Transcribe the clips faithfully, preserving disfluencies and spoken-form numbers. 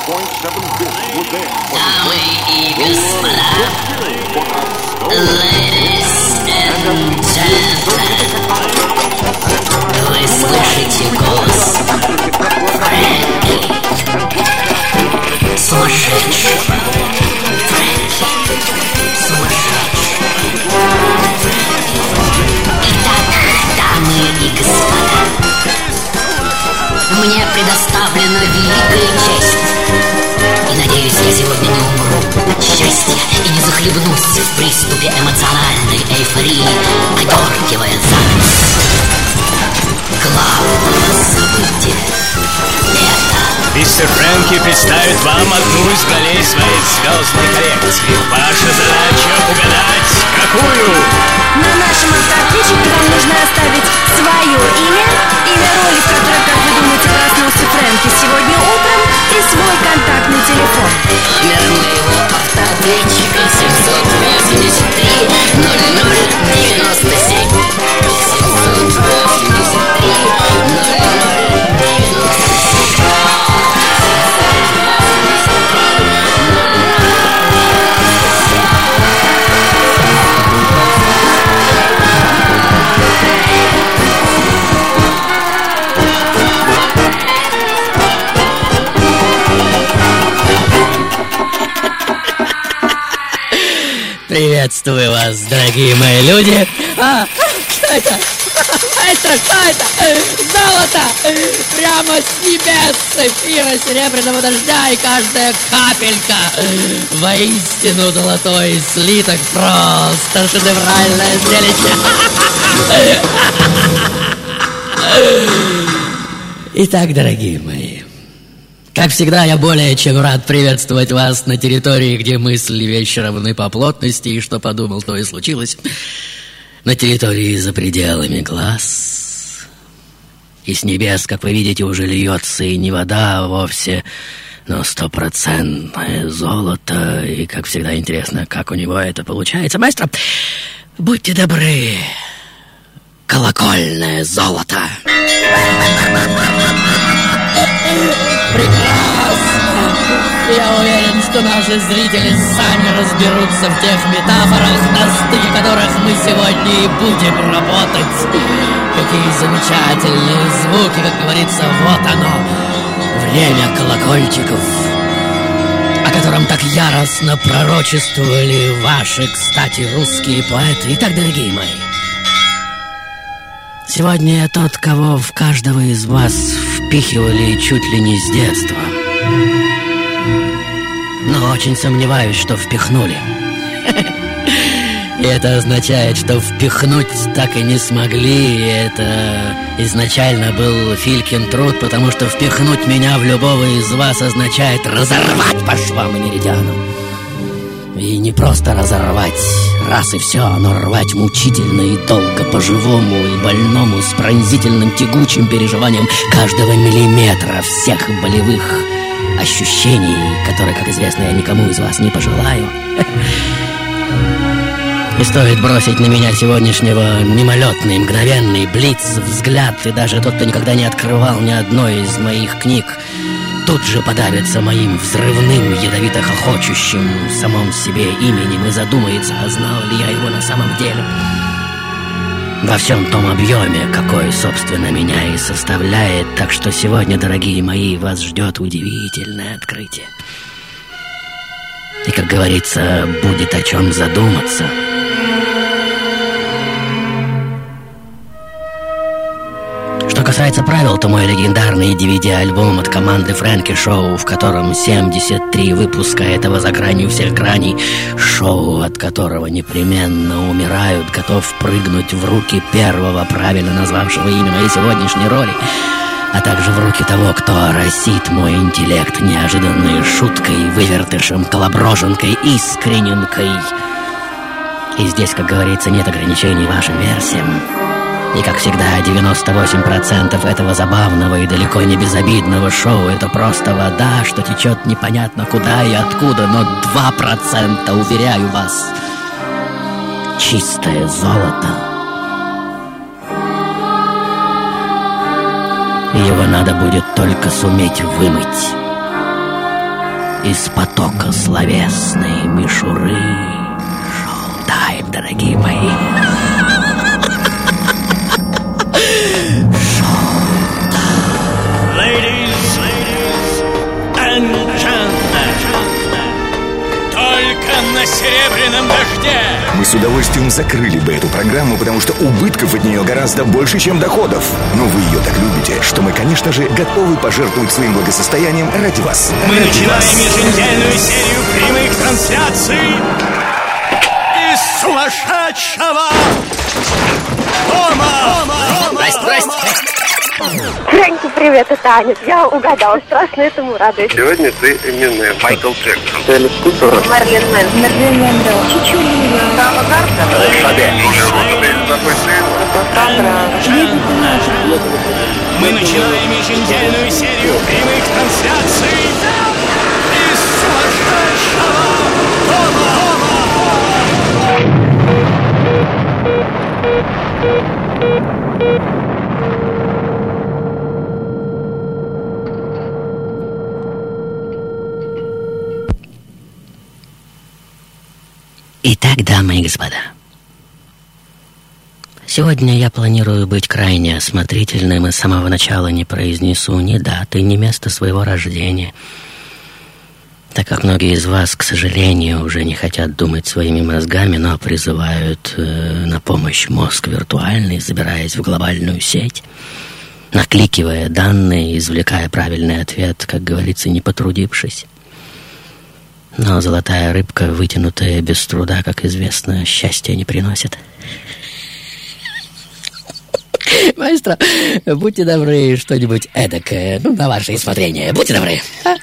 Дамы и господа, ladies and gentlemen, вы слышите голос Фрэнки, сумасшедшего Фрэнки, сумасшедшего Фрэнки. Итак, дамы и господа, мне предоставлена великая честь. И надеюсь, я сегодня не умру от счастья и не захлебнусь в приступе эмоциональной эйфории, подергивая занавес главного события лета. Мистер Фрэнки представит вам одну из ролей своей звездной коллекции. Ваша задача угадать, какую? На нашем автоответчике вам нужно оставить свое имя, имя роли, в которой, как вы думаете, проснулся Фрэнки сегодня утром, и свой контактный телефон. Номер моего автоответчика семьсот восемьдесят три ноль ноль девяносто семь. семьсот восемьдесят три ноль ноль девяносто семь. Приветствую вас, дорогие мои люди. А, что это? Маэстро, что это? Золото! Прямо с небес, эфира серебряного дождя, и каждая капелька воистину золотой слиток. Просто шедевральное зрелище. Итак, дорогие мои, как всегда, я более чем рад приветствовать вас на территории, где мысли и вещи равны по плотности, и что подумал, то и случилось. На территории за пределами глаз. И с небес, как вы видите, уже льется и не вода вовсе, но стопроцентное золото. И, как всегда, интересно, как у него это получается. Маэстро, будьте добры, колокольное золото. Прекрасно! Я уверен, что наши зрители сами разберутся в тех метафорах, на стыке которых мы сегодня и будем работать. Какие замечательные звуки, как говорится, вот оно, время колокольчиков, о котором так яростно пророчествовали ваши, кстати, русские поэты. Итак, дорогие мои, сегодня я тот, кого в каждого из вас впихивали чуть ли не с детства. Но очень сомневаюсь, что впихнули. И это означает, что впихнуть так и не смогли. И это изначально был Филькин труд, потому что впихнуть меня в любого из вас означает разорвать по швам и меридианам. И не просто разорвать раз и все, но рвать мучительно и долго, по-живому и больному, с пронзительным тягучим переживанием каждого миллиметра всех болевых ощущений, которые, как известно, я никому из вас не пожелаю. И стоит бросить на меня сегодняшнего мимолетный, мгновенный блиц, взгляд, и даже тот, кто никогда не открывал ни одной из моих книг, тут же подавится моим взрывным, ядовито-хохочущим самом себе именем и задумается, а знал ли я его на самом деле. Во всем том объеме, какой, собственно, меня и составляет. Так что сегодня, дорогие мои, вас ждет удивительное открытие. И, как говорится, будет о чем задуматься. Что касается правил, то мой легендарный ди ви ди-альбом от команды Фрэнки Шоу, в котором семьдесят три выпуска этого за гранью всех граней, шоу, от которого непременно умирают, готов прыгнуть в руки первого, правильно назвавшего имя моей сегодняшней роли, а также в руки того, кто оросит мой интеллект неожиданной шуткой, вывертышем, колоброженкой, искрененкой. И здесь, как говорится, нет ограничений вашим версиям. И, как всегда, девяносто восемь процентов этого забавного и далеко не безобидного шоу — это просто вода, что течет непонятно куда и откуда, но два процента, уверяю вас, чистое золото. Его надо будет только суметь вымыть. из потока словесной мишуры. Шоу-тайм, дорогие мои. Ladies, ladies and gentlemen, только на серебряном дожде. Мы с удовольствием закрыли бы эту программу, потому что убытков от нее гораздо больше, чем доходов. Но вы ее так любите, что мы, конечно же, готовы пожертвовать своим благосостоянием ради вас. Мы ради начинаем вас. еженедельную серию прямых трансляций из сумасшедшего дома. Здрасте, здрасте. Фрэнки, привет, это Аня. Я угадала, страшно этому радуюсь. Сегодня ты Эминем, Майкл Джексон, Мерлин Мэн, Мерлин Монро, Чичулина, Сава Гарднер, Мы начинаем еженедельную серию прямых трансляций из сумасшедшего дома. Итак, дамы и господа, сегодня я планирую быть крайне осмотрительным и с самого начала не произнесу ни даты, ни места своего рождения, так как многие из вас, к сожалению, уже не хотят думать своими мозгами, но призывают э, на помощь мозг виртуальный, забираясь в глобальную сеть, накликивая данные, извлекая правильный ответ, как говорится, не потрудившись. Но золотая рыбка, вытянутая без труда, как известно, счастья не приносит. Маэстро, будьте добры, что-нибудь эдакое, ну, на ваше усмотрение. Будьте добры.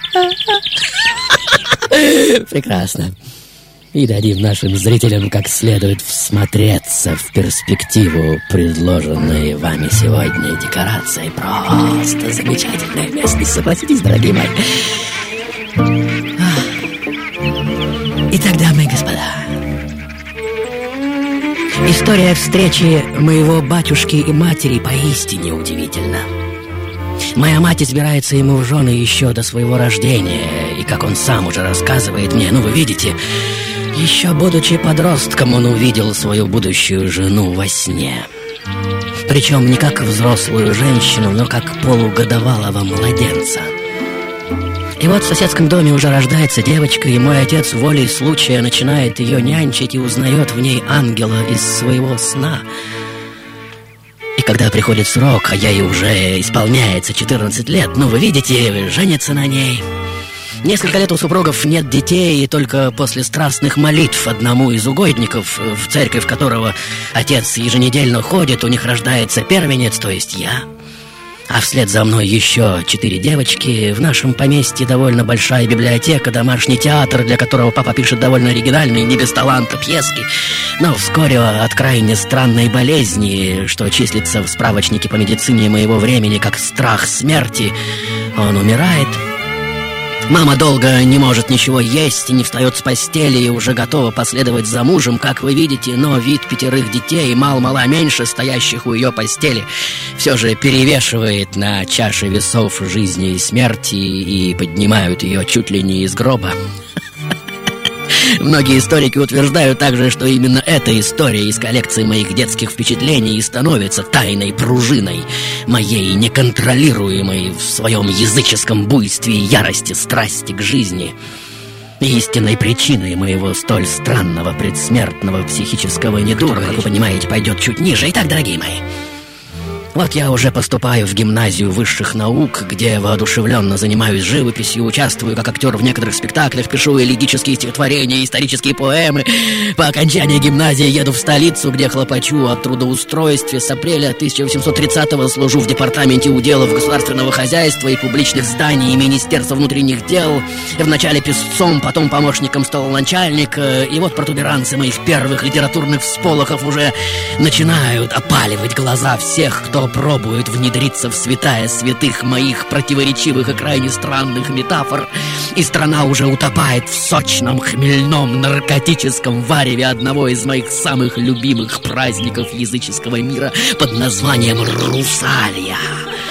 Прекрасно. И дадим нашим зрителям как следует всмотреться в перспективу предложенной вами сегодня декорации. Просто замечательная местность, согласитесь, дорогие мои? Итак, дамы и господа, история встречи моего батюшки и матери поистине удивительна. Моя мать избирается ему в жены еще до своего рождения, и, как он сам уже рассказывает мне, ну, вы видите, еще будучи подростком, он увидел свою будущую жену во сне. Причем не как взрослую женщину, но как полугодовалого младенца. И вот в соседском доме уже рождается девочка, и мой отец волей случая начинает ее нянчить и узнает в ней ангела из своего сна. И когда приходит срок, а ей уже исполняется четырнадцать лет, ну, вы видите, женится на ней. Несколько лет у супругов нет детей, и только после страстных молитв одному из угодников, в церковь которого отец еженедельно ходит, у них рождается первенец, то есть я. А вслед за мной еще четыре девочки. В нашем поместье довольно большая библиотека, домашний театр, для которого папа пишет довольно оригинальные, не без таланта, пьески. Но вскоре от крайне странной болезни, что числится в справочнике по медицине моего времени как страх смерти, он умирает. Мама долго не может ничего есть и не встает с постели, и уже готова последовать за мужем, как вы видите, но вид пятерых детей, мал-мала меньше стоящих у ее постели, все же перевешивает на чаше весов жизни и смерти и поднимают ее чуть ли не из гроба. Многие историки утверждают также, что именно эта история из коллекции моих детских впечатлений и становится тайной пружиной моей неконтролируемой в своем языческом буйстве и ярости страсти к жизни. Истинной причиной моего столь странного предсмертного психического недуга, как вы понимаете, пойдет чуть ниже. Итак, дорогие мои, вот я уже поступаю в гимназию высших наук, где воодушевленно занимаюсь живописью, участвую как актер в некоторых спектаклях, пишу элегические стихотворения, исторические поэмы. По окончании гимназии еду в столицу, где хлопочу о трудоустройстве. С апреля тысяча восемьсот тридцатого служу в департаменте уделов государственного хозяйства и публичных зданий и Министерства внутренних дел. Вначале писцом, потом помощником столоначальника. И вот протуберанцы моих первых литературных всполохов уже начинают опаливать глаза всех, кто пробует внедриться в святая святых моих противоречивых и крайне странных метафор. И страна уже утопает в сочном, хмельном, наркотическом вареве одного из моих самых любимых праздников языческого мира под названием Русалия.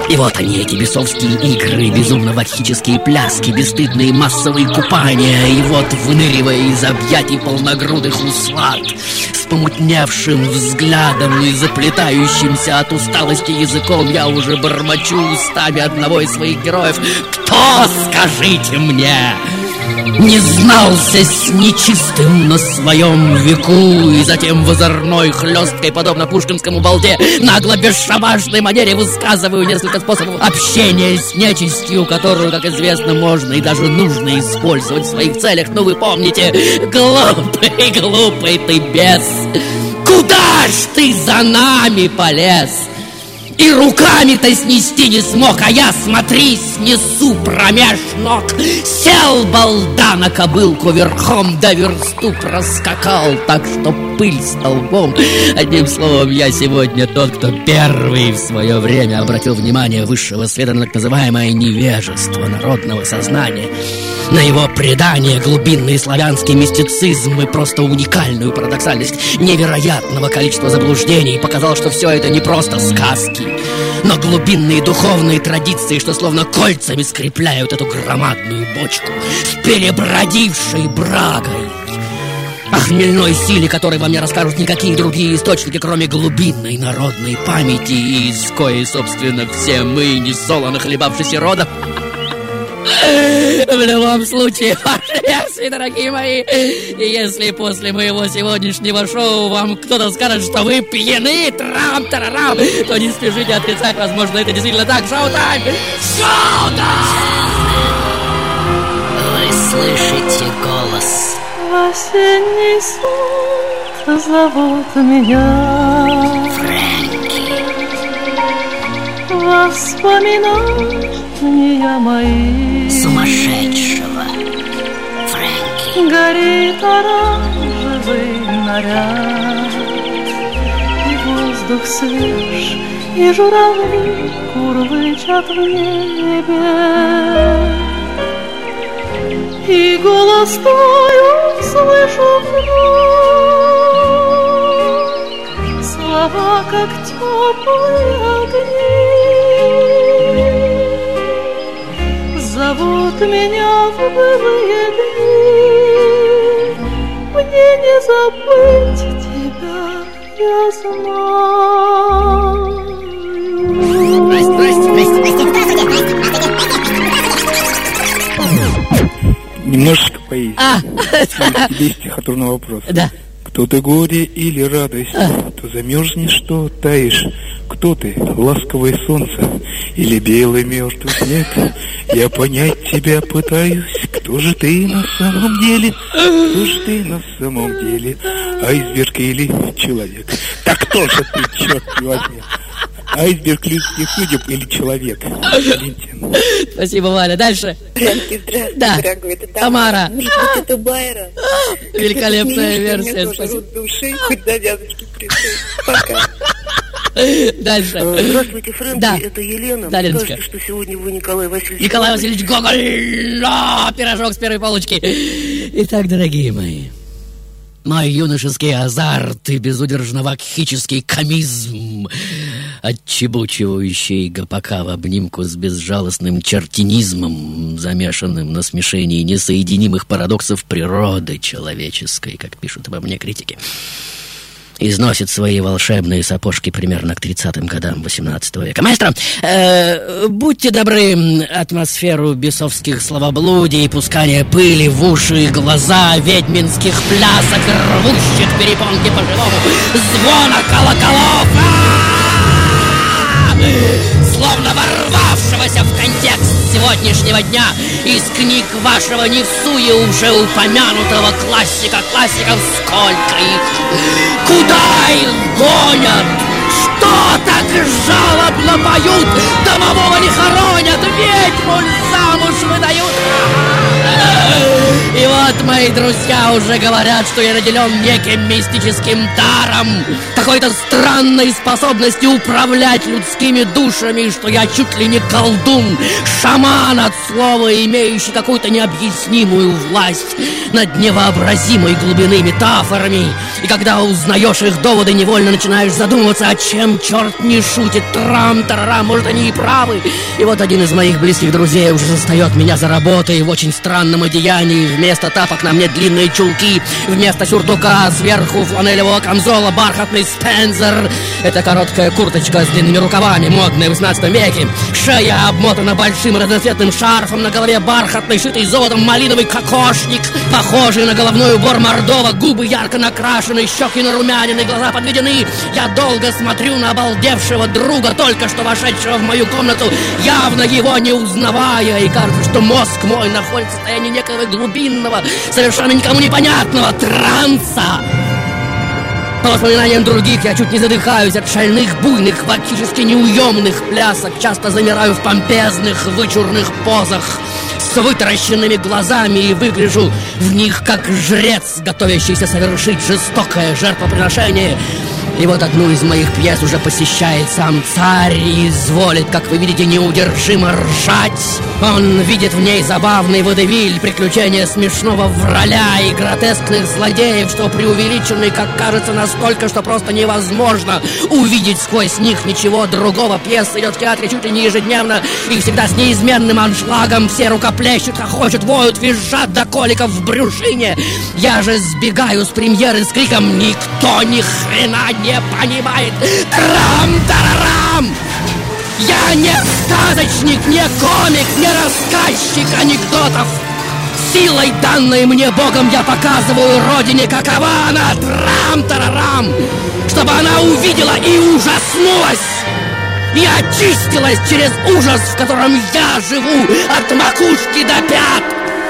И вот они, эти бесовские игры, безумно-вархические пляски, бесстыдные массовые купания. И вот, выныривая из объятий полногрудых услад, с помутневшим взглядом и заплетающимся от усталости языком, я уже бормочу устами одного из своих героев: кто, скажите мне, не знался с нечистым на своем веку, и затем в озорной хлесткой, подобно пушкинскому балде, нагло бесшабашной манере высказываю несколько способов общения с нечистью, которую, как известно, можно и даже нужно использовать в своих целях. Но вы помните, глупый, глупый ты бес, куда ж ты за нами полез? И руками-то снести не смог, а я, смотри, снесу промеж ног. Сел балда на кобылку верхом, до версту проскакал, так что пыль столбом. Одним словом, я сегодня тот, кто первый в свое время обратил внимание высшего света на так называемое невежество народного сознания, на его предание, глубинный славянский мистицизм и просто уникальную парадоксальность невероятного количества заблуждений. Показал, что все это не просто сказки, но глубинные духовные традиции, что словно кольцами скрепляют эту громадную бочку с перебродившей брагой, о хмельной силе, которой вам не расскажут никакие другие источники, кроме глубинной народной памяти, из коей, собственно, все мы, несолоно хлебавшийся родом. В любом случае, ваши версии, дорогие мои. И если после моего сегодняшнего шоу вам кто-то скажет, что вы пьяны, трам-тарарам, то не спешите отрицать, возможно, это действительно так. Шоу-тайм! Шоу-тайм! Вы слышите голос? В осенний сон зовут меня Фрэнки. Воспоминания мои Сумасшедшего Фрэнки. горит оранжевый наряд, и воздух свеж, и журавли курлычат в небе, и голос твой услышу вновь, слова, как теплые огни, зовут меня в былые дни. Мне не забыть тебя, я знаю. Здрасте, здрасте, здрасте, Немножечко поесть. А, Тебе стихотворный вопрос. да. Кто ты, горе или радость? То замерзнешь, то таешь. Кто ты, ласковое солнце или белый мертвый снег? Я понять тебя пытаюсь. Кто же ты на самом деле? Кто же ты на самом деле? Айсберг или человек? Так кто же ты, черт возьми? Айсберг людских судеб или человек? Валентин. Спасибо, Валя. Дальше. Здравствуйте, здравствуйте, Да. дорогой. Это Тамара. Может быть, это Байрон. Великолепная Смеюсь, версия. У меня тоже Спасибо. рот души, хоть завязочки прицель. Пока. Дальше. Здравствуйте, Фрэнки, Да. это Елена. Да, Леночка. Скажите, что сегодня вы Николай Васильевич. Николай Васильевич Гоголь. А, пирожок с первой полочки. Итак, дорогие мои, мой юношеский азарт и безудержно-вакхический комизм, отчебучивающий гопака в обнимку с безжалостным чертинизмом, замешанным на смешении несоединимых парадоксов природы человеческой, как пишут обо мне критики, износит свои волшебные сапожки примерно к тридцатым годам восемнадцатого века. Маэстро, э, будьте добры, атмосферу бесовских словоблудий, пускания пыли в уши и глаза, ведьминских плясок, рвущих перепонки по-живому, звона колоколов, словно ворвавшегося в контекст сегодняшнего дня из книг вашего не всуе уже упомянутого классика классиков. Сколько их? Куда их гонят? Что так жалобно поют? Домового не хоронят, ведьму замуж выдают. И вот Вот мои друзья уже говорят, что я наделен неким мистическим даром, какой-то странной способностью управлять людскими душами, что я чуть ли не колдун, шаман от слова, имеющий какую-то необъяснимую власть над невообразимой глубины метафорами. И когда узнаешь их доводы, невольно начинаешь задумываться, о чем черт не шутит. Трам-тарарам, может, они и правы. И вот один из моих близких друзей уже застает меня за работой в очень странном одеянии. Вместо тапок на мне длинные чулки, вместо сюртука сверху фланелевого камзола бархатный спензер. Это короткая курточка с длинными рукавами, модная в восемнадцатом веке. Шея обмотана большим разноцветным шарфом, на голове бархатный, шитый золотом малиновый кокошник, похожий на головной убор Мордова, губы ярко накрашены, щеки нарумянены, глаза подведены. Я долго смотрю на обалдевшего друга, только что вошедшего в мою комнату, явно его не узнавая, и кажется, что мозг мой находится в состоянии некого глубинного, совершенно никому непонятного транса. По воспоминаниям других, я чуть не задыхаюсь от шальных, буйных, фактически неуемных плясок, часто замираю в помпезных, вычурных позах с вытаращенными глазами и выгляжу в них как жрец, готовящийся совершить жестокое жертвоприношение. И вот одну из моих пьес уже посещает сам царь и изволит, как вы видите, неудержимо ржать. Он видит в ней забавный водевиль, приключения смешного враля и гротескных злодеев, что преувеличены, как кажется, настолько, что просто невозможно увидеть сквозь них ничего другого. Пьеса идет в театре чуть ли не ежедневно, и всегда с неизменным аншлагом. Все рукоплещут, хохочут, воют, визжат до коликов в брюшине. Я же сбегаю с премьеры с криком «Никто ни хрена не понимает! Трам-тарарам!» Я не сказочник, не комик, не рассказчик анекдотов. Силой, данной мне Богом, я показываю родине, какова она, трам-тарарам, чтобы она увидела и ужаснулась, и очистилась через ужас, в котором я живу от макушки до пят.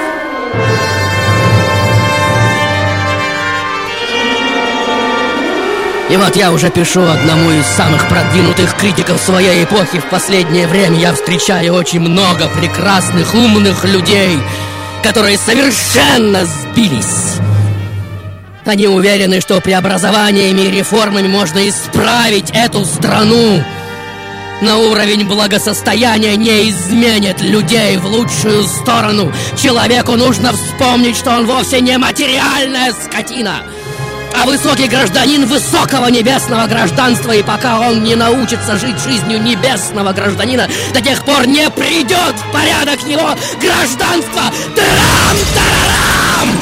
И вот я уже пишу одному из самых продвинутых критиков своей эпохи. В последнее время я встречаю очень много прекрасных, умных людей, которые совершенно сбились. Они уверены, что преобразованиями и реформами можно исправить эту страну. Но уровень благосостояния не изменит людей в лучшую сторону. Человеку нужно вспомнить, что он вовсе не материальная скотина, а высокий гражданин высокого небесного гражданства. И пока он не научится жить жизнью небесного гражданина, до тех пор не придет в порядок его гражданства. Трам-тарарам!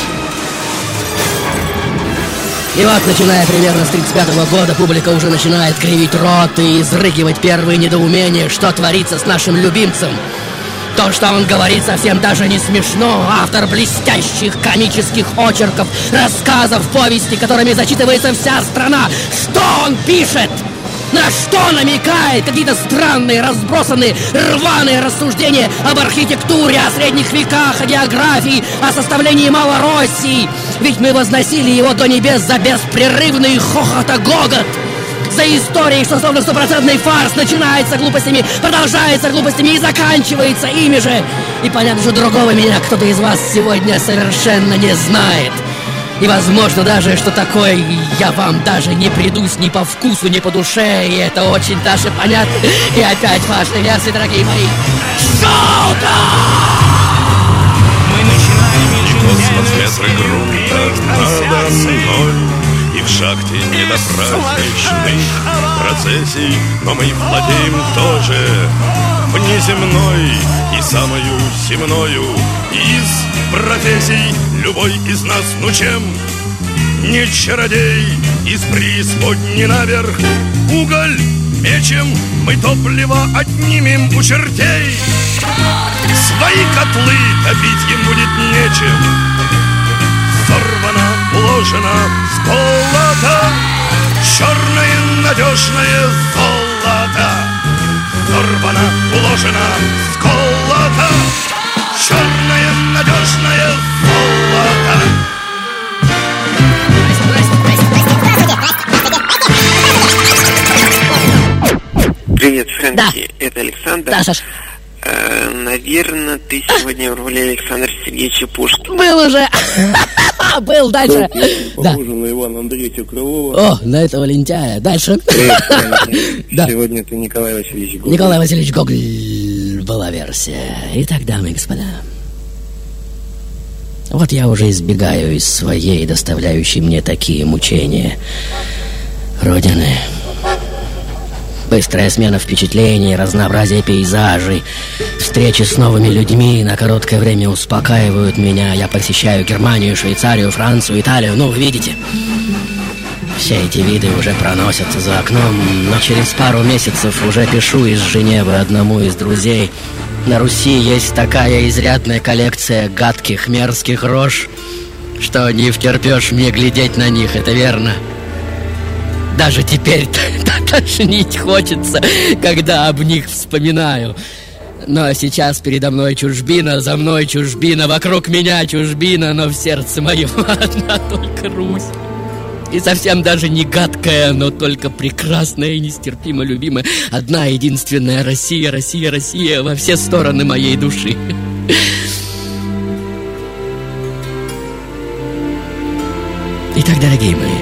И вот, начиная примерно с тридцать пятого года, публика уже начинает кривить рот и изрыгивать первые недоумения, что творится с нашим любимцем. То, что он говорит, совсем даже не смешно. Автор блестящих комических очерков, рассказов, повестей, которыми зачитывается вся страна. Что он пишет? На что намекает? Какие-то странные, разбросанные, рваные рассуждения об архитектуре, о средних веках, о географии, о составлении Малороссии. Ведь мы возносили его до небес за беспрерывный хохот-гогот. За историей, что словно стопроцентный фарс, начинается глупостями, продолжается глупостями и заканчивается ими же. И понятно, что другого меня кто-то из вас сегодня совершенно не знает. И возможно даже, что такое я вам даже не придусь ни по вкусу, ни по душе. И это очень даже понятно. И опять ваши версии, дорогие мои. Шоу-то! Мы начинаем космос метры грунта надо мной. И в шахте недопраздничных процессий, но мы владеем тоже внеземной и самою земною. Из профессий любой из нас, ну чем не чародей, из преисподней наверх уголь мечем мы топливо отнимем у чертей. Свои котлы топить им будет нечем. Сорвано, вложено золото, черное надежное золото. Сорвано, вложено золото, черное надежное золото. Привет, Фрэнки, да. Это Александр. Да, Саш. Э, наверное, ты сегодня в роли Александра Сергеевича Пушкина. Был уже. Был, дальше. Похоже на Ивана Андреевича Крылова. О, на этого лентяя. Дальше. Сегодня ты Николай Васильевич Гоголь. Николай Васильевич Гоголь была версия. Итак, дамы и господа, вот я уже избегаю из своей, доставляющей мне такие мучения, родины. Быстрая смена впечатлений, разнообразие пейзажей, встречи с новыми людьми на короткое время успокаивают меня. Я посещаю Германию, Швейцарию, Францию, Италию. Ну, видите, все эти виды уже проносятся за окном. Но через пару месяцев уже пишу из Женевы одному из друзей: на Руси есть такая изрядная коллекция гадких, мерзких рож, что не втерпешь мне глядеть на них, это верно. Даже теперь тошнить хочется, когда об них вспоминаю. Но сейчас передо мной чужбина, за мной чужбина, вокруг меня чужбина, но в сердце моем одна только Русь. И совсем даже не гадкая, но только прекрасная и нестерпимо любимая. Одна единственная Россия, Россия, Россия во все стороны моей души. Итак, дорогие мои,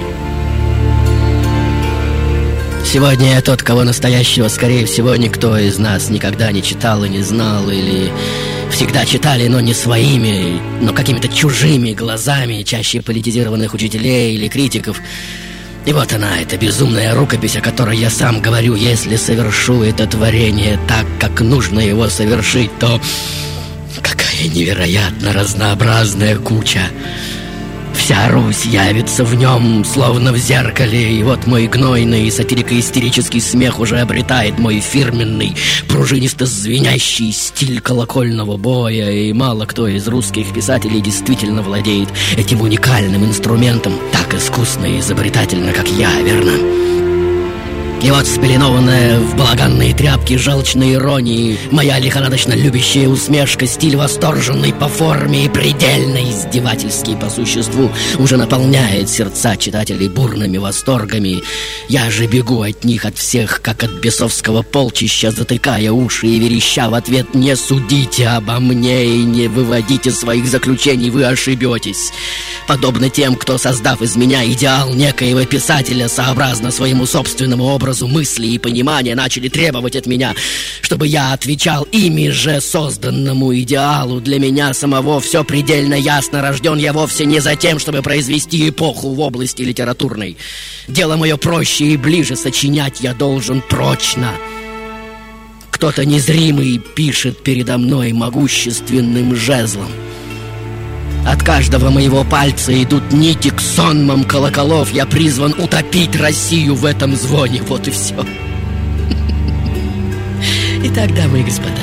сегодня я тот, кого настоящего, скорее всего, никто из нас никогда не читал и не знал, или всегда читали, но не своими, но какими-то чужими глазами, чаще политизированных учителей или критиков. И вот она, эта безумная рукопись, о которой я сам говорю: если совершу это творение так, как нужно его совершить, то какая невероятно разнообразная куча. Вся Русь явится в нем, словно в зеркале. И вот мой гнойный сатирико-истерический смех уже обретает мой фирменный, пружинисто-звенящий стиль колокольного боя. И мало кто из русских писателей действительно владеет этим уникальным инструментом так искусно и изобретательно, как я, верно? И вот спеленованная в балаганные тряпки желчной иронии, моя лихорадочно любящая усмешка, стиль восторженный по форме и предельно издевательский по существу, уже наполняет сердца читателей бурными восторгами. Я же бегу от них, от всех, как от бесовского полчища, затыкая уши и вереща в ответ: не судите обо мне и не выводите своих заключений, вы ошибетесь. Подобно тем, кто, создав из меня идеал некоего писателя, сообразно своему собственному образу мысли и понимания, начали требовать от меня, чтобы я отвечал ими же созданному идеалу. Для меня самого все предельно ясно. Рожден я вовсе не за тем, чтобы произвести эпоху в области литературной. Дело мое проще и ближе, сочинять я должен прочно. Кто-то незримый пишет передо мной могущественным жезлом. От каждого моего пальца идут нити к сонмам колоколов. Я призван утопить Россию в этом звоне. Вот и все. Итак, дамы и господа,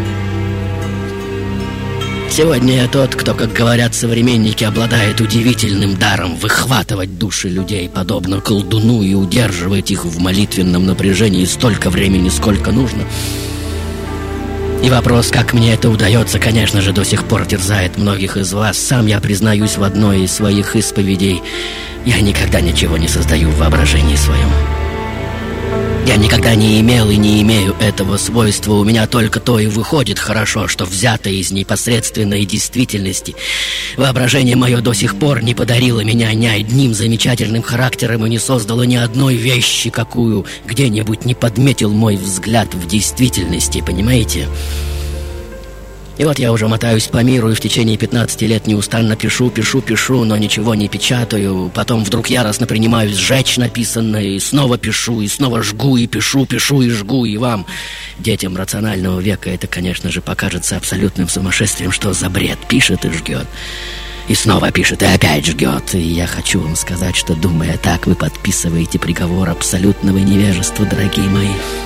сегодня я тот, кто, как говорят современники, обладает удивительным даром выхватывать души людей, подобно колдуну, и удерживать их в молитвенном напряжении столько времени, сколько нужно. И вопрос, как мне это удается, конечно же, до сих пор терзает многих из вас. Сам я признаюсь в одной из своих исповедей: я никогда ничего не создаю в воображении своем. Я никогда не имел и не имею этого свойства. У меня только то и выходит хорошо, что взято из непосредственной действительности. Воображение мое до сих пор не подарило меня ни одним замечательным характером и не создало ни одной вещи, какую где-нибудь не подметил мой взгляд в действительности, понимаете? И вот я уже мотаюсь по миру и в течение пятнадцати лет неустанно пишу, пишу, пишу, но ничего не печатаю. Потом вдруг яростно принимаюсь сжечь написанное, и снова пишу, и снова жгу, и пишу, пишу, и жгу. И вам, детям рационального века, это, конечно же, покажется абсолютным сумасшествием. Что за бред? Пишет и жгет. И снова пишет, и опять жгет. И я хочу вам сказать, что, думая так, вы подписываете приговор абсолютного невежества, дорогие мои.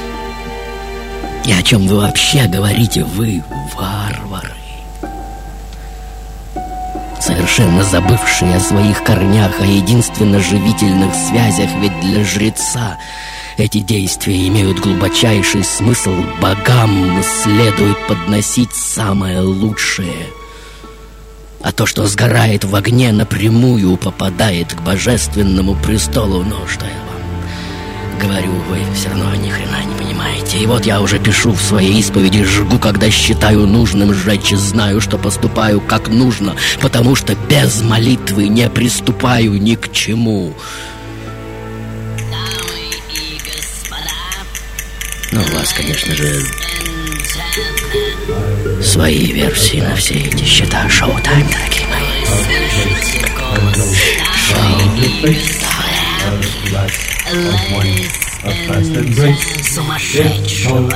И о чем вы вообще говорите, вы, варвары? Совершенно забывшие о своих корнях, о единственно живительных связях, ведь для жреца эти действия имеют глубочайший смысл. Богам следует подносить самое лучшее. А то, что сгорает в огне, напрямую попадает к божественному престолу. Ну, что я вам говорю, вы все равно ни хрена не понимаете. И вот я уже пишу в своей исповеди, жгу, когда считаю нужным сжечь, и знаю, что поступаю как нужно, потому что без молитвы не приступаю ни к чему. Ну, у вас, конечно же, свои версии на все эти счета. Шоу-тайм, дорогие мои. Сумасшедшего.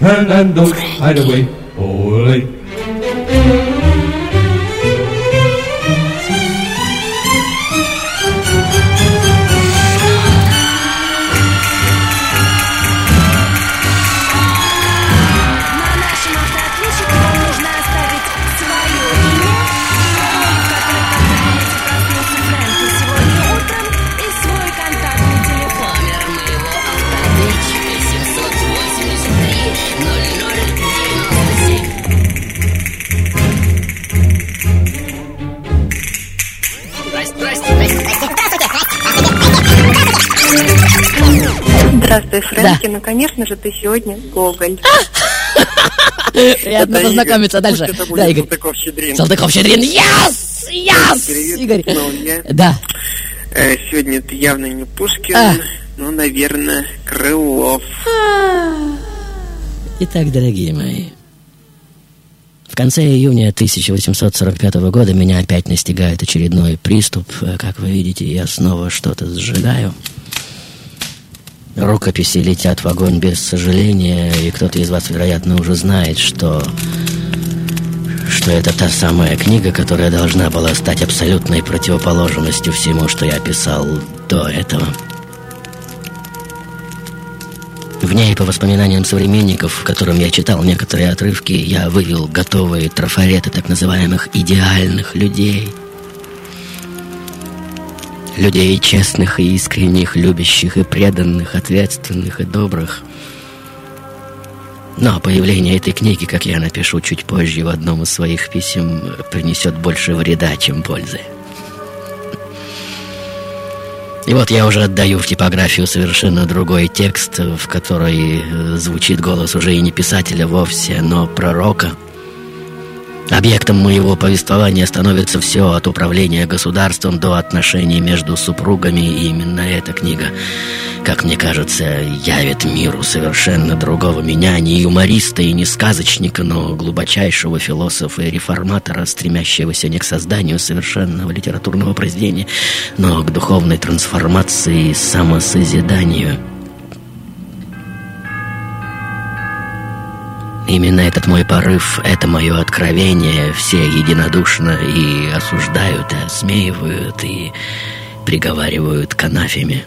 Здравствуй, Фрэнки. Да. Ну, конечно же, ты сегодня Гоголь. Приятно познакомиться. Дальше. Да, Игорь. Салтыков-Щедрин. Салтыков-Щедрин. Яс! Яс! Игорь. Да. Сегодня это явно не Пушкин, но, наверное, Крылов. Итак, дорогие мои, в конце июня тысяча восемьсот сорок пятого года меня опять настигает очередной приступ. Как вы видите, я снова что-то сжигаю. Рукописи летят в огонь без сожаления, и кто-то из вас, вероятно, уже знает, что... что это та самая книга, которая должна была стать абсолютной противоположностью всему, что я писал до этого. В ней, по воспоминаниям современников, которым я читал некоторые отрывки, я вывел готовые трафареты так называемых идеальных людей. Людей честных и искренних, любящих и преданных, ответственных и добрых. Но появление этой книги, как я напишу чуть позже в одном из своих писем, принесет больше вреда, чем пользы. И вот я уже отдаю в типографию совершенно другой текст, в который звучит голос уже и не писателя вовсе, но пророка. Объектом моего повествования становится все от управления государством до отношений между супругами, и именно эта книга, как мне кажется, явит миру совершенно другого меня, не юмориста и не сказочника, но глубочайшего философа и реформатора, стремящегося не к созданию совершенного литературного произведения, но к духовной трансформации и самосозиданию. Именно этот мой порыв, это мое откровение все единодушно и осуждают, и осмеивают, и приговаривают к анафеме.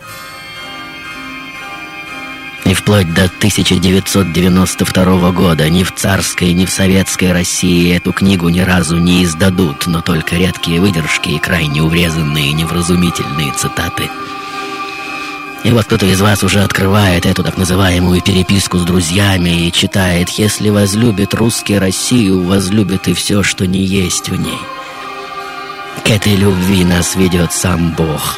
И вплоть до тысяча девятьсот девяносто второго года ни в царской, ни в советской России эту книгу ни разу не издадут, но только редкие выдержки и крайне урезанные невразумительные цитаты. И вот кто-то из вас уже открывает эту так называемую переписку с друзьями и читает: «Если возлюбит русский Россию, возлюбит и все, что не есть в ней». К этой любви нас ведет сам Бог.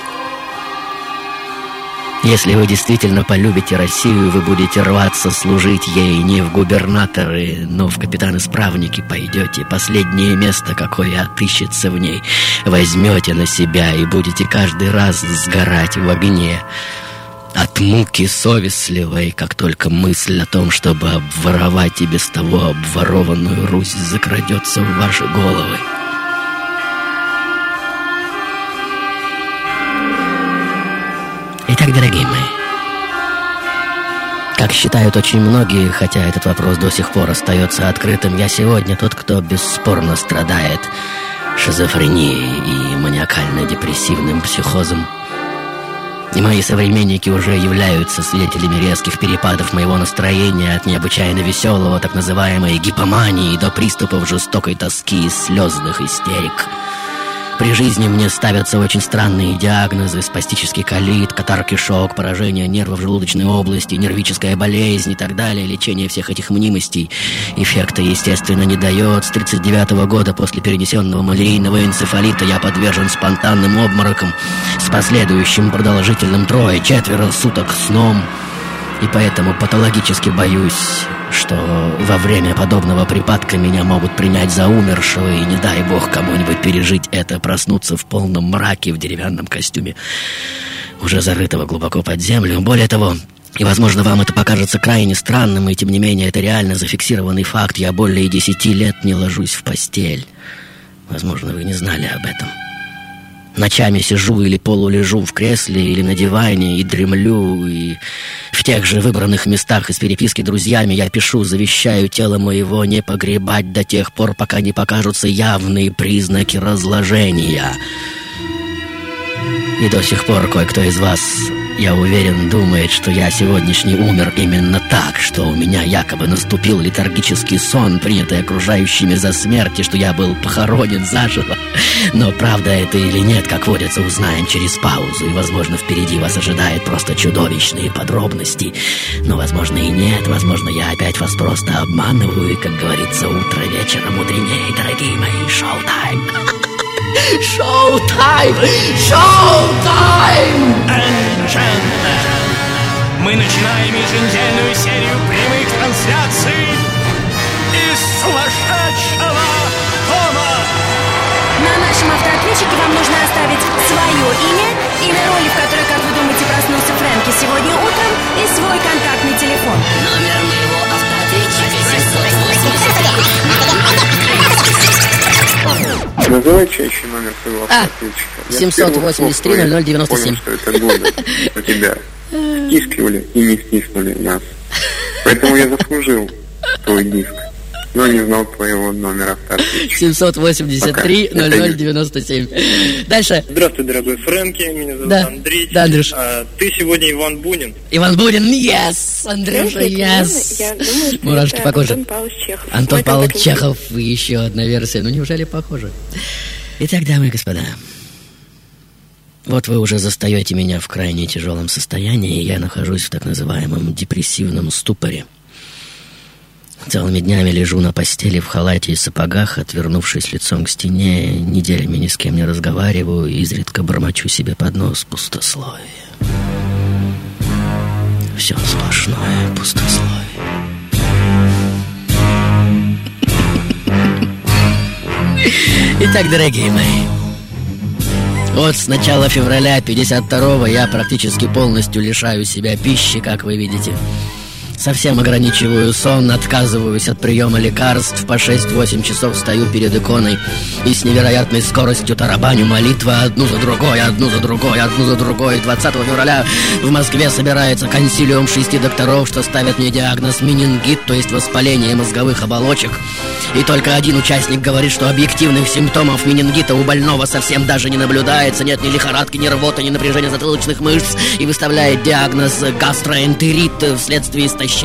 Если вы действительно полюбите Россию, вы будете рваться служить ей не в губернаторы, но в капитан-исправники пойдете. Последнее место, какое отыщется в ней, возьмете на себя и будете каждый раз сгорать в огне от муки совестливой, как только мысль о том, чтобы обворовать и без того обворованную Русь, закрадется в ваши головы. Итак, дорогие мои, как считают очень многие, хотя этот вопрос до сих пор остается открытым, я сегодня тот, кто бесспорно страдает шизофренией и маниакально-депрессивным психозом. И мои современники уже являются свидетелями резких перепадов моего настроения от необычайно веселого, так называемой гипомании, до приступов жестокой тоски и слезных истерик. При жизни мне ставятся очень странные диагнозы: спастический колит, катар кишок, поражение нервов желудочной области, нервическая болезнь и так далее. Лечение всех этих мнимостей эффекта, естественно, не дает. С тридцать девятого года после перенесенного малярийного энцефалита я подвержен спонтанным обморокам с последующим продолжительным трое-четверо суток сном. И поэтому патологически боюсь, что во время подобного припадка меня могут принять за умершего, и не дай бог кому-нибудь пережить это, проснуться в полном мраке в деревянном костюме, уже зарытого глубоко под землю. Более того, и, возможно, вам это покажется крайне странным, и тем не менее это реально зафиксированный факт, я более десяти лет не ложусь в постель. Возможно, вы не знали об этом. Ночами сижу или полулежу в кресле, или на диване, и дремлю, и в тех же выбранных местах из переписки друзьями я пишу: завещаю тело моего не погребать до тех пор, пока не покажутся явные признаки разложения. И до сих пор кое-кто из вас, я уверен, думает, что я сегодняшний умер именно так, что у меня якобы наступил летаргический сон, принятый окружающими за смерть, и что я был похоронен заживо. Но правда это или нет, как водится, узнаем через паузу, и, возможно, впереди вас ожидают просто чудовищные подробности. Но, возможно, и нет, возможно, я опять вас просто обманываю, и, как говорится, утро вечера мудренее, дорогие мои, шоу-тайм. Шоу-тайм! Шоу-тайм! Мы начинаем еженедельную серию прямых трансляций из сумасшедшего дома. На нашем автоответчике вам нужно оставить свое имя, имя роли, в которой, как вы думаете, проснулся Фрэнки сегодня утром, и свой контактный телефон. Номер моего автоответчика семьсот восемьдесят три. Называй чаще номер своего А, автоответчика. семьсот восемьдесят три ноль ноль девяносто семь. Понял, что это годы у тебя стискивали и не стиснули нас. Поэтому я заслужил твой диск, но не знал твоего номера автоответчика. семьсот восемьдесят три ноль ноль девяносто семь. Дальше. Здравствуй, дорогой Фрэнки, меня зовут Да. Андрей. Да, Андрюш. А, ты сегодня Иван Бунин. Иван Бунин, yes! Андрюша, yes! Я думаю, что Мурашки это по коже. Антон Павлович Чехов. Антон Мой Павлович контактный Чехов и еще одна версия. Ну, неужели похоже? Итак, дамы и господа, вот вы уже застаете меня в крайне тяжелом состоянии, и я нахожусь в так называемом депрессивном ступоре. Целыми днями лежу на постели в халате и сапогах, отвернувшись лицом к стене, неделями ни с кем не разговариваю, и изредка бормочу себе под нос пустословие. Все сплошное пустословие. Итак, дорогие мои, вот с начала февраля пятьдесят второго я практически полностью лишаю себя пищи, как вы видите. Совсем ограничиваю сон, отказываюсь от приема лекарств, по шесть-восемь часов стою перед иконой и с невероятной скоростью тарабаню молитвы одну за другой, одну за другой, одну за другой. двадцатого февраля в Москве собирается консилиум шести докторов, что ставят мне диагноз менингит, то есть воспаление мозговых оболочек. И только один участник говорит, что объективных симптомов менингита у больного совсем даже не наблюдается, нет ни лихорадки, ни рвоты, ни напряжения затылочных мышц, и выставляет диагноз гастроэнтерит вследствие истощения.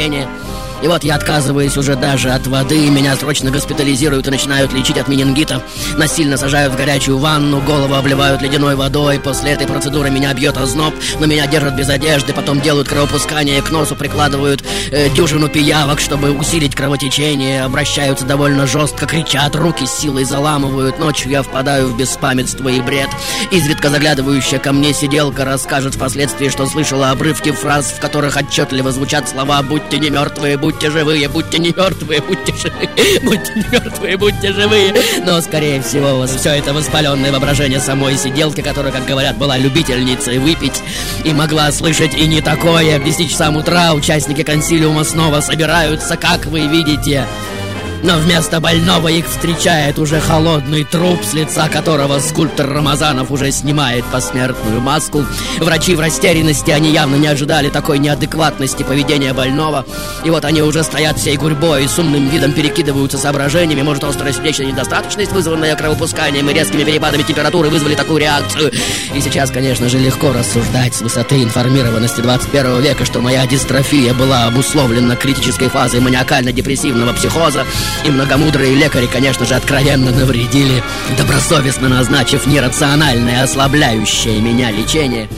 И вот я отказываюсь уже даже от воды, меня срочно госпитализируют и начинают лечить от менингита. Насильно сажают в горячую ванну, голову обливают ледяной водой. После этой процедуры меня бьет озноб, но меня держат без одежды. Потом делают кровопускание, к носу прикладывают э, дюжину пиявок, чтобы усилить кровотечение. Обращаются довольно жестко, кричат, руки с силой заламывают. Ночью я впадаю в беспамятство и бред. Изредка заглядывающая ко мне сиделка расскажет впоследствии, что слышала обрывки фраз, в которых отчетливо звучат слова «будьте не мертвые, будьте живые, будьте не мертвые, будьте живые, будьте не мертвые, будьте живые». Но, скорее всего, все это воспаленное воображение самой сиделки, которая, как говорят, была любительницей выпить и могла слышать и не такое. В десять часам утра участники консилиума снова собираются, как вы видите. Но вместо больного их встречает уже холодный труп, с лица которого скульптор Рамазанов уже снимает посмертную маску. Врачи в растерянности, они явно не ожидали такой неадекватности поведения больного. И вот они уже стоят всей гурьбой и с умным видом перекидываются соображениями. Может, острая сердечная недостаточность, вызванная кровопусканием и резкими перепадами температуры, вызвали такую реакцию. И сейчас, конечно же, легко рассуждать с высоты информированности двадцать первого века, что моя дистрофия была обусловлена критической фазой маниакально-депрессивного психоза. И многомудрые лекари, конечно же, откровенно навредили, добросовестно назначив нерациональное, ослабляющее меня лечение.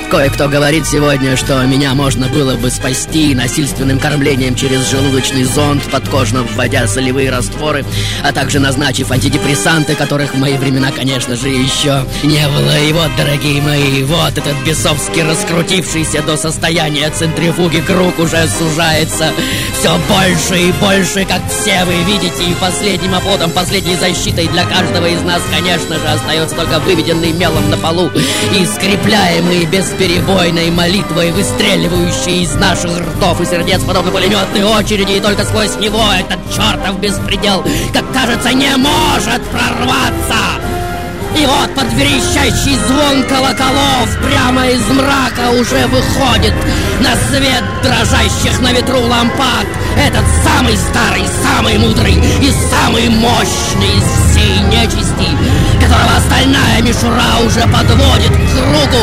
Кое-кто говорит сегодня, что меня можно было бы спасти насильственным кормлением через желудочный зонд, подкожно вводя солевые растворы, а также назначив антидепрессанты, которых в мои времена, конечно же, еще не было. И вот, дорогие мои, вот этот бесовски раскрутившийся до состояния центрифуги круг уже сужается все больше и больше, как все вы видите, и последним оплотом, последней защитой для каждого из нас, конечно же, остается только выведенный мелом на полу и скрепляемый бесперебойной молитвой, выстреливающий из наших ртов и сердец подобно пулеметной очереди, и только сквозь него этот чертов беспредел, как кажется, не может прорваться. И вот под верещащий звон колоколов прямо из мрака уже выходит на свет дрожащих на ветру лампад этот самый старый, самый мудрый и самый мощный из всей нечисти, которого остальная мишура уже подводит к кругу.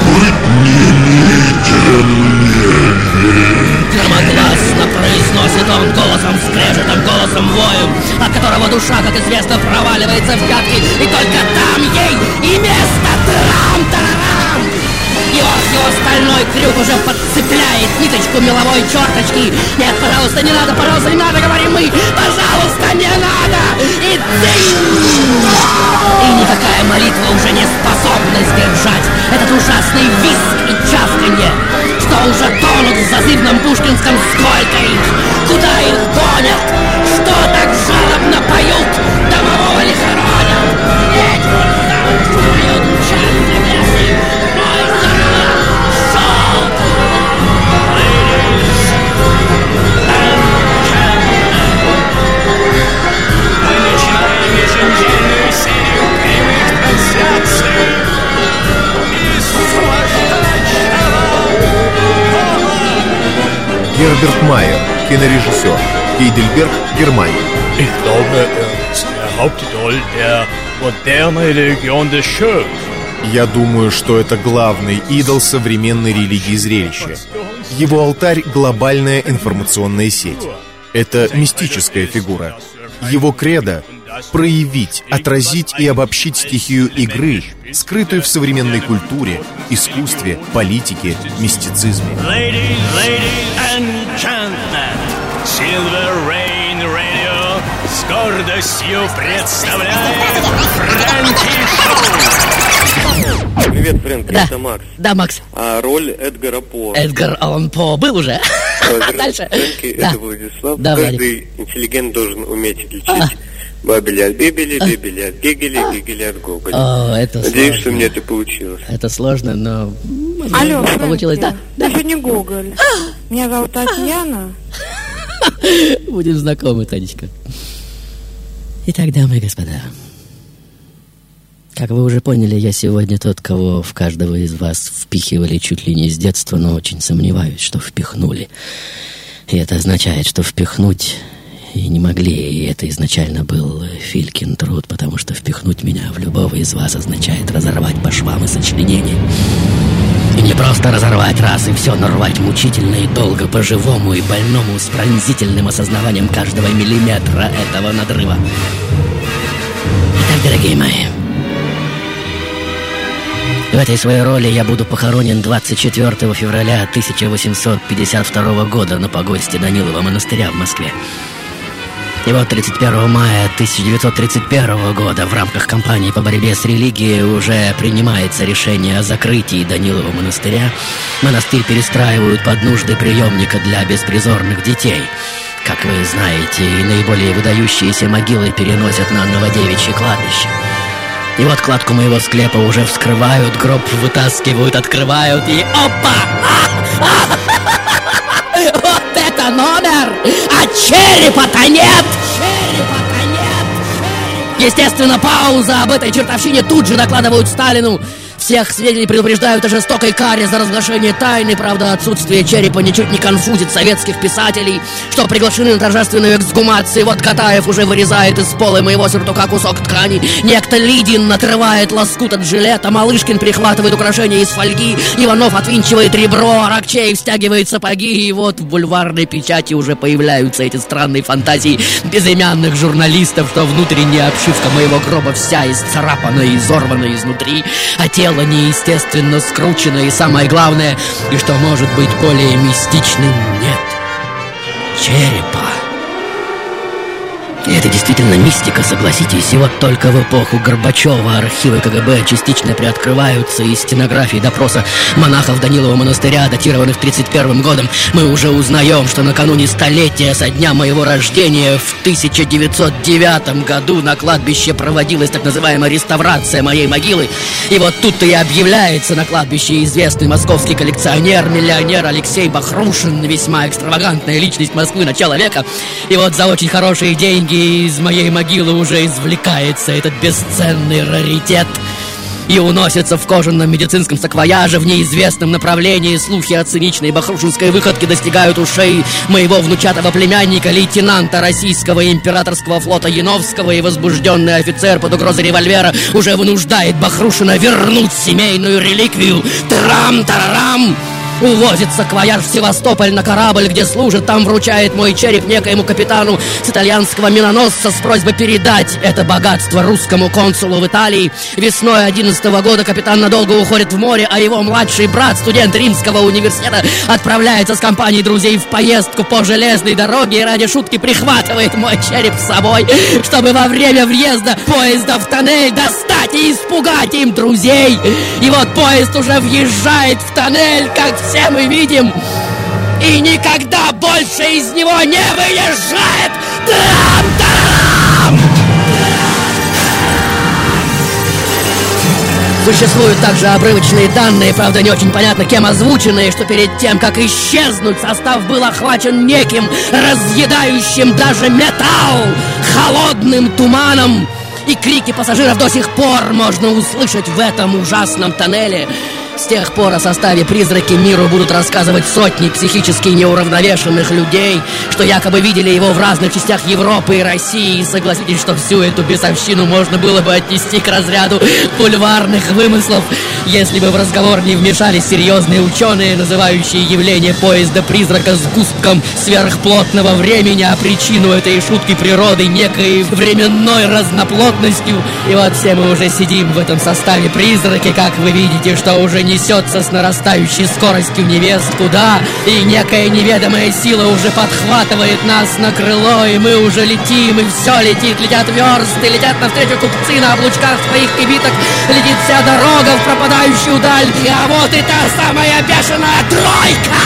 Громогласно произносит он голосом скрежетом, голосом воем, от которого душа, как известно, проваливается в пятки, и только там ей и место. Трам-тарарам! И вот его стальной крюк уже подцепляет ниточку меловой черточки. Нет, пожалуйста, не надо, пожалуйста, не надо, говорим мы. Пожалуйста, не надо! И дынь! И никакая молитва уже не способна сдержать этот ужасный визг и чавканье, что уже тонут в зазывном пушкинском. Сколько их? Куда их гонят? Что так жалобно поют? Домового ли хоронят? Эти танцуют часто мясой. Мой здоров! Шоу! Мы начинаем еженедельную серию прямых трансляций из сумасшедшего дома. Герберт Майер, кинорежиссер, Гейдельберг, Германия. Ich glaube, er ist der Hauptidol der modernen Religion des Shows. Я думаю, что это главный идол современной религии зрелища. Его алтарь — глобальная информационная сеть. Это мистическая фигура. Его кредо — проявить, отразить и обобщить стихию игры, скрытую в современной культуре, искусстве, политике, мистицизме. Ladies, ladies and gentlemen, Silver Rain Radio с гордостью представляет Фрэнки Шоу. Привет, Фрэнк, Да. это Макс. Да, Макс. А роль Эдгара По. Эдгар Аллан По был уже. Дальше. Фрэнки, Да. это Владислав. Да, Каждый интеллигент должен уметь отличить А. бабели от бебели, бебели от гегеля, гегеля от гоголя. О, это Надеюсь, сложно. что мне это получилось. Это сложно, но Алло, Фрэнки, получилось. Да, ты же не Гоголь. Меня зовут Татьяна. будем знакомы, Танечка. Итак, дамы и господа, как вы уже поняли, я сегодня тот, кого в каждого из вас впихивали чуть ли не с детства, но очень сомневаюсь, что впихнули. И это означает, что впихнуть и не могли, и это изначально был Филькин труд, потому что впихнуть меня в любого из вас означает разорвать по швам и сочленениям. И не просто разорвать раз и все, но рвать мучительно и долго, по-живому и больному, с пронзительным осознаванием каждого миллиметра этого надрыва. Итак, дорогие мои, в этой своей роли я буду похоронен двадцать четвёртого февраля тысяча восемьсот пятьдесят второго года на погосте Данилова монастыря в Москве. И вот тридцать первого мая тысяча девятьсот тридцать первого года в рамках кампании по борьбе с религией уже принимается решение о закрытии Данилова монастыря. Монастырь перестраивают под нужды приемника для беспризорных детей. Как вы знаете, и наиболее выдающиеся могилы переносят на Новодевичье кладбище. И вот кладку моего склепа уже вскрывают, гроб вытаскивают, открывают, и опа! Вот это номер! А черепа-то нет! Черепа-то нет! Естественно, пауза об этой чертовщине тут же докладывают Сталину. Всех свидетелей предупреждают о жестокой каре за разглашение тайны. Правда, отсутствие черепа ничуть не конфузит советских писателей, что приглашены на торжественную эксгумацию. Вот Катаев уже вырезает из пола моего сюртука кусок ткани. Некто Лидин отрывает лоскут от жилета. Малышкин прихватывает украшения из фольги. Иванов отвинчивает ребро. Аракчеев стягивает сапоги. И вот в бульварной печати уже появляются эти странные фантазии безымянных журналистов, что внутренняя обшивка моего гроба вся исцарапана и изорвана изнутри, а тело тело неестественно скручено, и самое главное, и что может быть более мистичным, нет черепа. И это действительно мистика, согласитесь. И вот только в эпоху Горбачева архивы КГБ частично приоткрываются. Из стенографий допроса монахов Данилова монастыря, датированных тридцать первым годом, мы уже узнаем, что накануне столетия со дня моего рождения в тысяча девятьсот девятом году на кладбище проводилась так называемая реставрация моей могилы. И вот тут-то и объявляется на кладбище известный московский коллекционер, миллионер Алексей Бахрушин, весьма экстравагантная личность Москвы начала века. И вот за очень хорошие деньги из моей могилы уже извлекается этот бесценный раритет и уносится в кожаном медицинском саквояже в неизвестном направлении. Слухи о циничной бахрушинской выходке достигают ушей моего внучатого племянника, лейтенанта российского императорского флота Яновского, и возбужденный офицер под угрозой револьвера уже вынуждает Бахрушина вернуть семейную реликвию. Трам-тарарам! Увозит саквояж в Севастополь на корабль, где служит, там вручает мой череп некоему капитану с итальянского миноносца с просьбой передать это богатство русскому консулу в Италии. Весной одиннадцатого года капитан надолго уходит в море, а его младший брат, студент Римского университета, отправляется с компанией друзей в поездку по железной дороге и ради шутки прихватывает мой череп с собой, чтобы во время въезда поезда в тоннель достать и испугать им друзей. И вот поезд уже въезжает в тоннель, как все мы видим, и никогда больше из него не выезжает. Трам-тарам! Существуют также обрывочные данные, правда не очень понятно кем озвученные, что перед тем, как исчезнуть, состав был охвачен неким разъедающим даже металл холодным туманом. И крики пассажиров до сих пор можно услышать в этом ужасном тоннеле. С тех пор о составе «Призраки» миру будут рассказывать сотни психически неуравновешенных людей, что якобы видели его в разных частях Европы и России. И согласитесь, что всю эту бесовщину можно было бы отнести к разряду бульварных вымыслов, если бы в разговор не вмешались серьезные ученые, называющие явление поезда-призрака сгустком сверхплотного времени, а причину этой шутки природы некой временной разноплотностью. И вот все мы уже сидим в этом составе «Призраки», как вы видите, что уже несется с нарастающей скоростью невестку, да, и некая неведомая сила уже подхватывает нас на крыло, и мы уже летим, и все летит, летят версты, летят навстречу купцы на облучках своих кибиток, летит вся дорога в пропадающую даль, а вот и та самая бешеная тройка!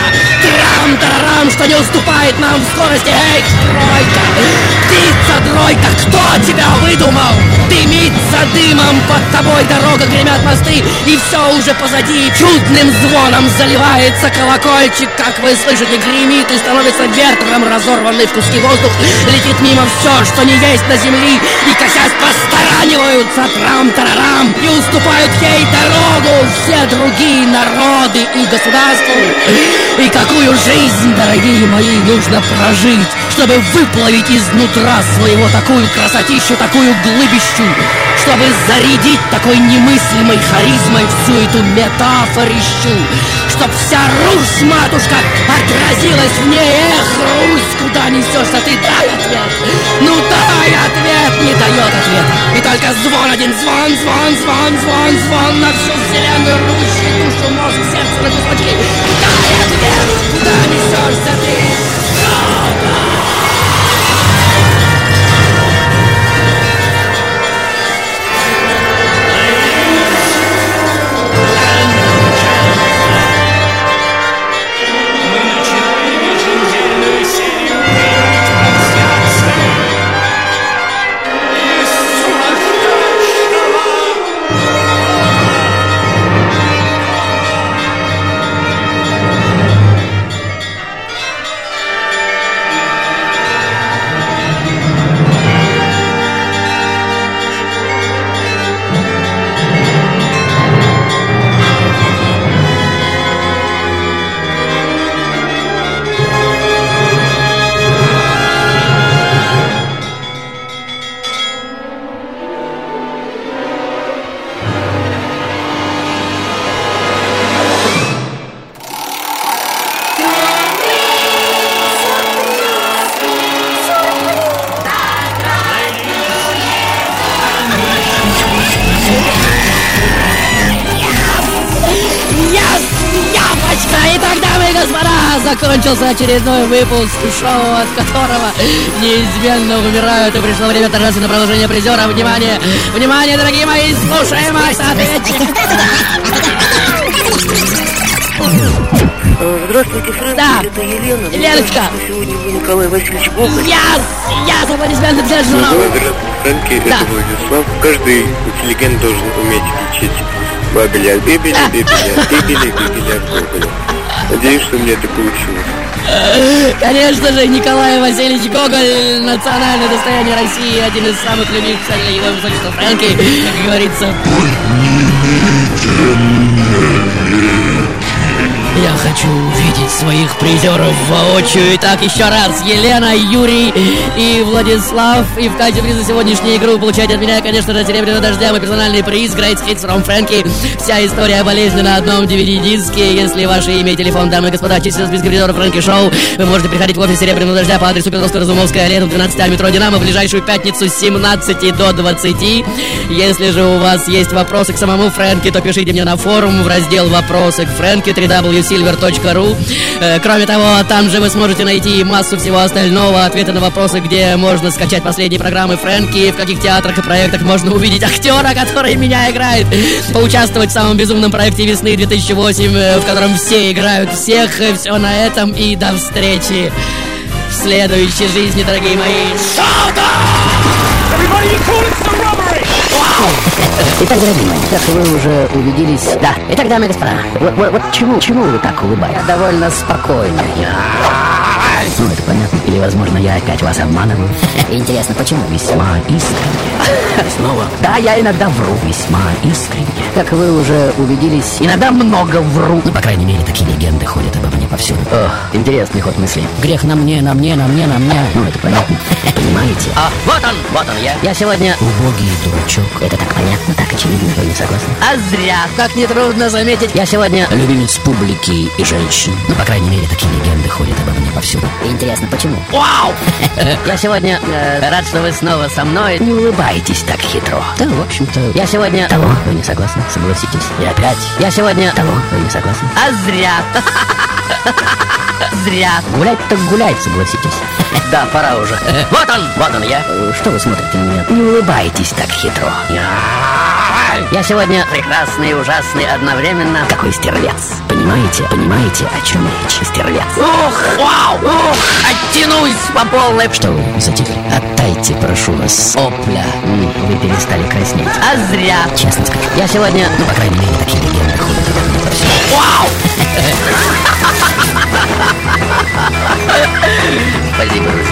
Трам-тарам, что не уступает нам в скорости. Эй, тройка! Птица-тройка, кто тебя выдумал? Дымится дымом, под тобой дорога, гремят мосты, и все уже позади. Чудным звоном заливается колокольчик, как вы слышите, гремит и становится ветром, разорванный в куски воздух. Летит мимо все, что не есть на земли, и косясь посторониваются. Трам-тарарам, и уступают ей дорогу все другие народы и государства. И какую жизнь, дорогие мои, нужно прожить, чтобы выплавить изнутра своего такую красотищу, такую глыбищу, чтобы зарядить такой немыслимой харизмой всю эту метафорищу, чтоб вся Русь, матушка, отразилась в ней. Эх, Русь, куда несешься ты? Дай ответ! Ну дай ответ! Не дает ответа. И только звон один, звон, звон, звон, звон, звон на всю вселенную, рвущий душу, мозг, сердце на кусочки. Дай ответ! Куда несешься ты? закончился очередной выпуск шоу, от которого неизменно умирают, и пришло время торжественного продолжения призера. Внимание, внимание, дорогие мои, слушаем ответчик. Здравствуйте, Фрэнки, да. Это Елена. Леночка. Сегодня вы Николай Васильевич Гоголь. Я, я с аплодисментом взял журнал. Здравствуйте, Фрэнки, да. Это Владислав. Каждый интеллигент должен уметь лечить бабеля от бебеля, бебеля от бебеля, бебеля от гоголя. Надеюсь, что у меня это получилось. Конечно же, Николай Васильевич Гоголь, национальное достояние России, один из самых любимых писателей его высочества Фрэнки, как говорится. Я хочу увидеть своих призеров воочию. Итак, еще раз, Елена, Юрий и Владислав. И в качестве приза сегодняшней игры вы получаете от меня, конечно же, серебряного дождя, мой персональный приз Great Hits from Frankie. Вся история болезни на одном ди ви ди-диске. Если ваше имя и телефон, дамы и господа, числится в списке призеров Фрэнки Шоу, вы можете приходить в офис Серебряного дождя по адресу Петровская, Разумовская, аллея двенадцать А, метро Динамо, в ближайшую пятницу с семнадцати до двадцати. Если же у вас есть вопросы к самому Фрэнки, то пишите мне на форум в раздел «Вопросы к Фрэнки» дабл ю дабл ю дабл ю точка сильвер точка ру. Кроме того, там же вы сможете найти массу всего остального, ответы на вопросы, где можно скачать последние программы Фрэнки, в каких театрах и проектах можно увидеть актера, который меня играет, поучаствовать в самом безумном проекте весны две тысячи восьмого, в котором все играют всех. Все на этом, и до встречи в следующей жизни, дорогие мои. Итак, дорогие мои, как вы уже убедились... Да, итак, дамы и господа, вот, вот, вот чему, чему вы так улыбаетесь? Я довольно спокойно. Ну, это понятно. Или, возможно, я опять вас обманываю. Интересно, почему? Весьма искренне. Снова? Да, я иногда вру. Весьма искренне. Как вы уже убедились, иногда много вру. Ну, по крайней мере, такие легенды ходят обо мне повсюду. Ох, интересный ход мысли. Грех на мне, на мне, на мне, на мне. Ну, это понятно. Понимаете? А, вот он, вот он я. Я сегодня убогий дурачок. Это так понятно, так очевидно. Вы не согласны? А зря. Так нетрудно заметить. Я сегодня любимец публики и женщин. Ну, по крайней мере, такие легенды ходят обо мне повсюду. Интересно, почему? Вау! Я сегодня э, рад, что вы снова со мной. Не улыбайтесь так хитро. Да, в общем-то, я сегодня... Того, вы не согласны? Согласитесь. И опять. Я сегодня... Того, вы не согласны? А зря. Зря. Гулять так гулять, согласитесь. Да, пора уже. Вот он, вот он я. Что вы смотрите на меня? Не улыбайтесь так хитро. Я сегодня прекрасный и ужасный одновременно. Какой стервец. Понимаете, понимаете, о чем речь? Стервец. Ух, вау, ух, оттянусь по полной. Что вы затихли? Оттайте, прошу вас. Опля. Вы перестали краснеть. А зря. Честно скажу. Я сегодня, ну, по крайней мере, такие легенды ходят обо мне повсюду. Вау! Спасибо, друзья.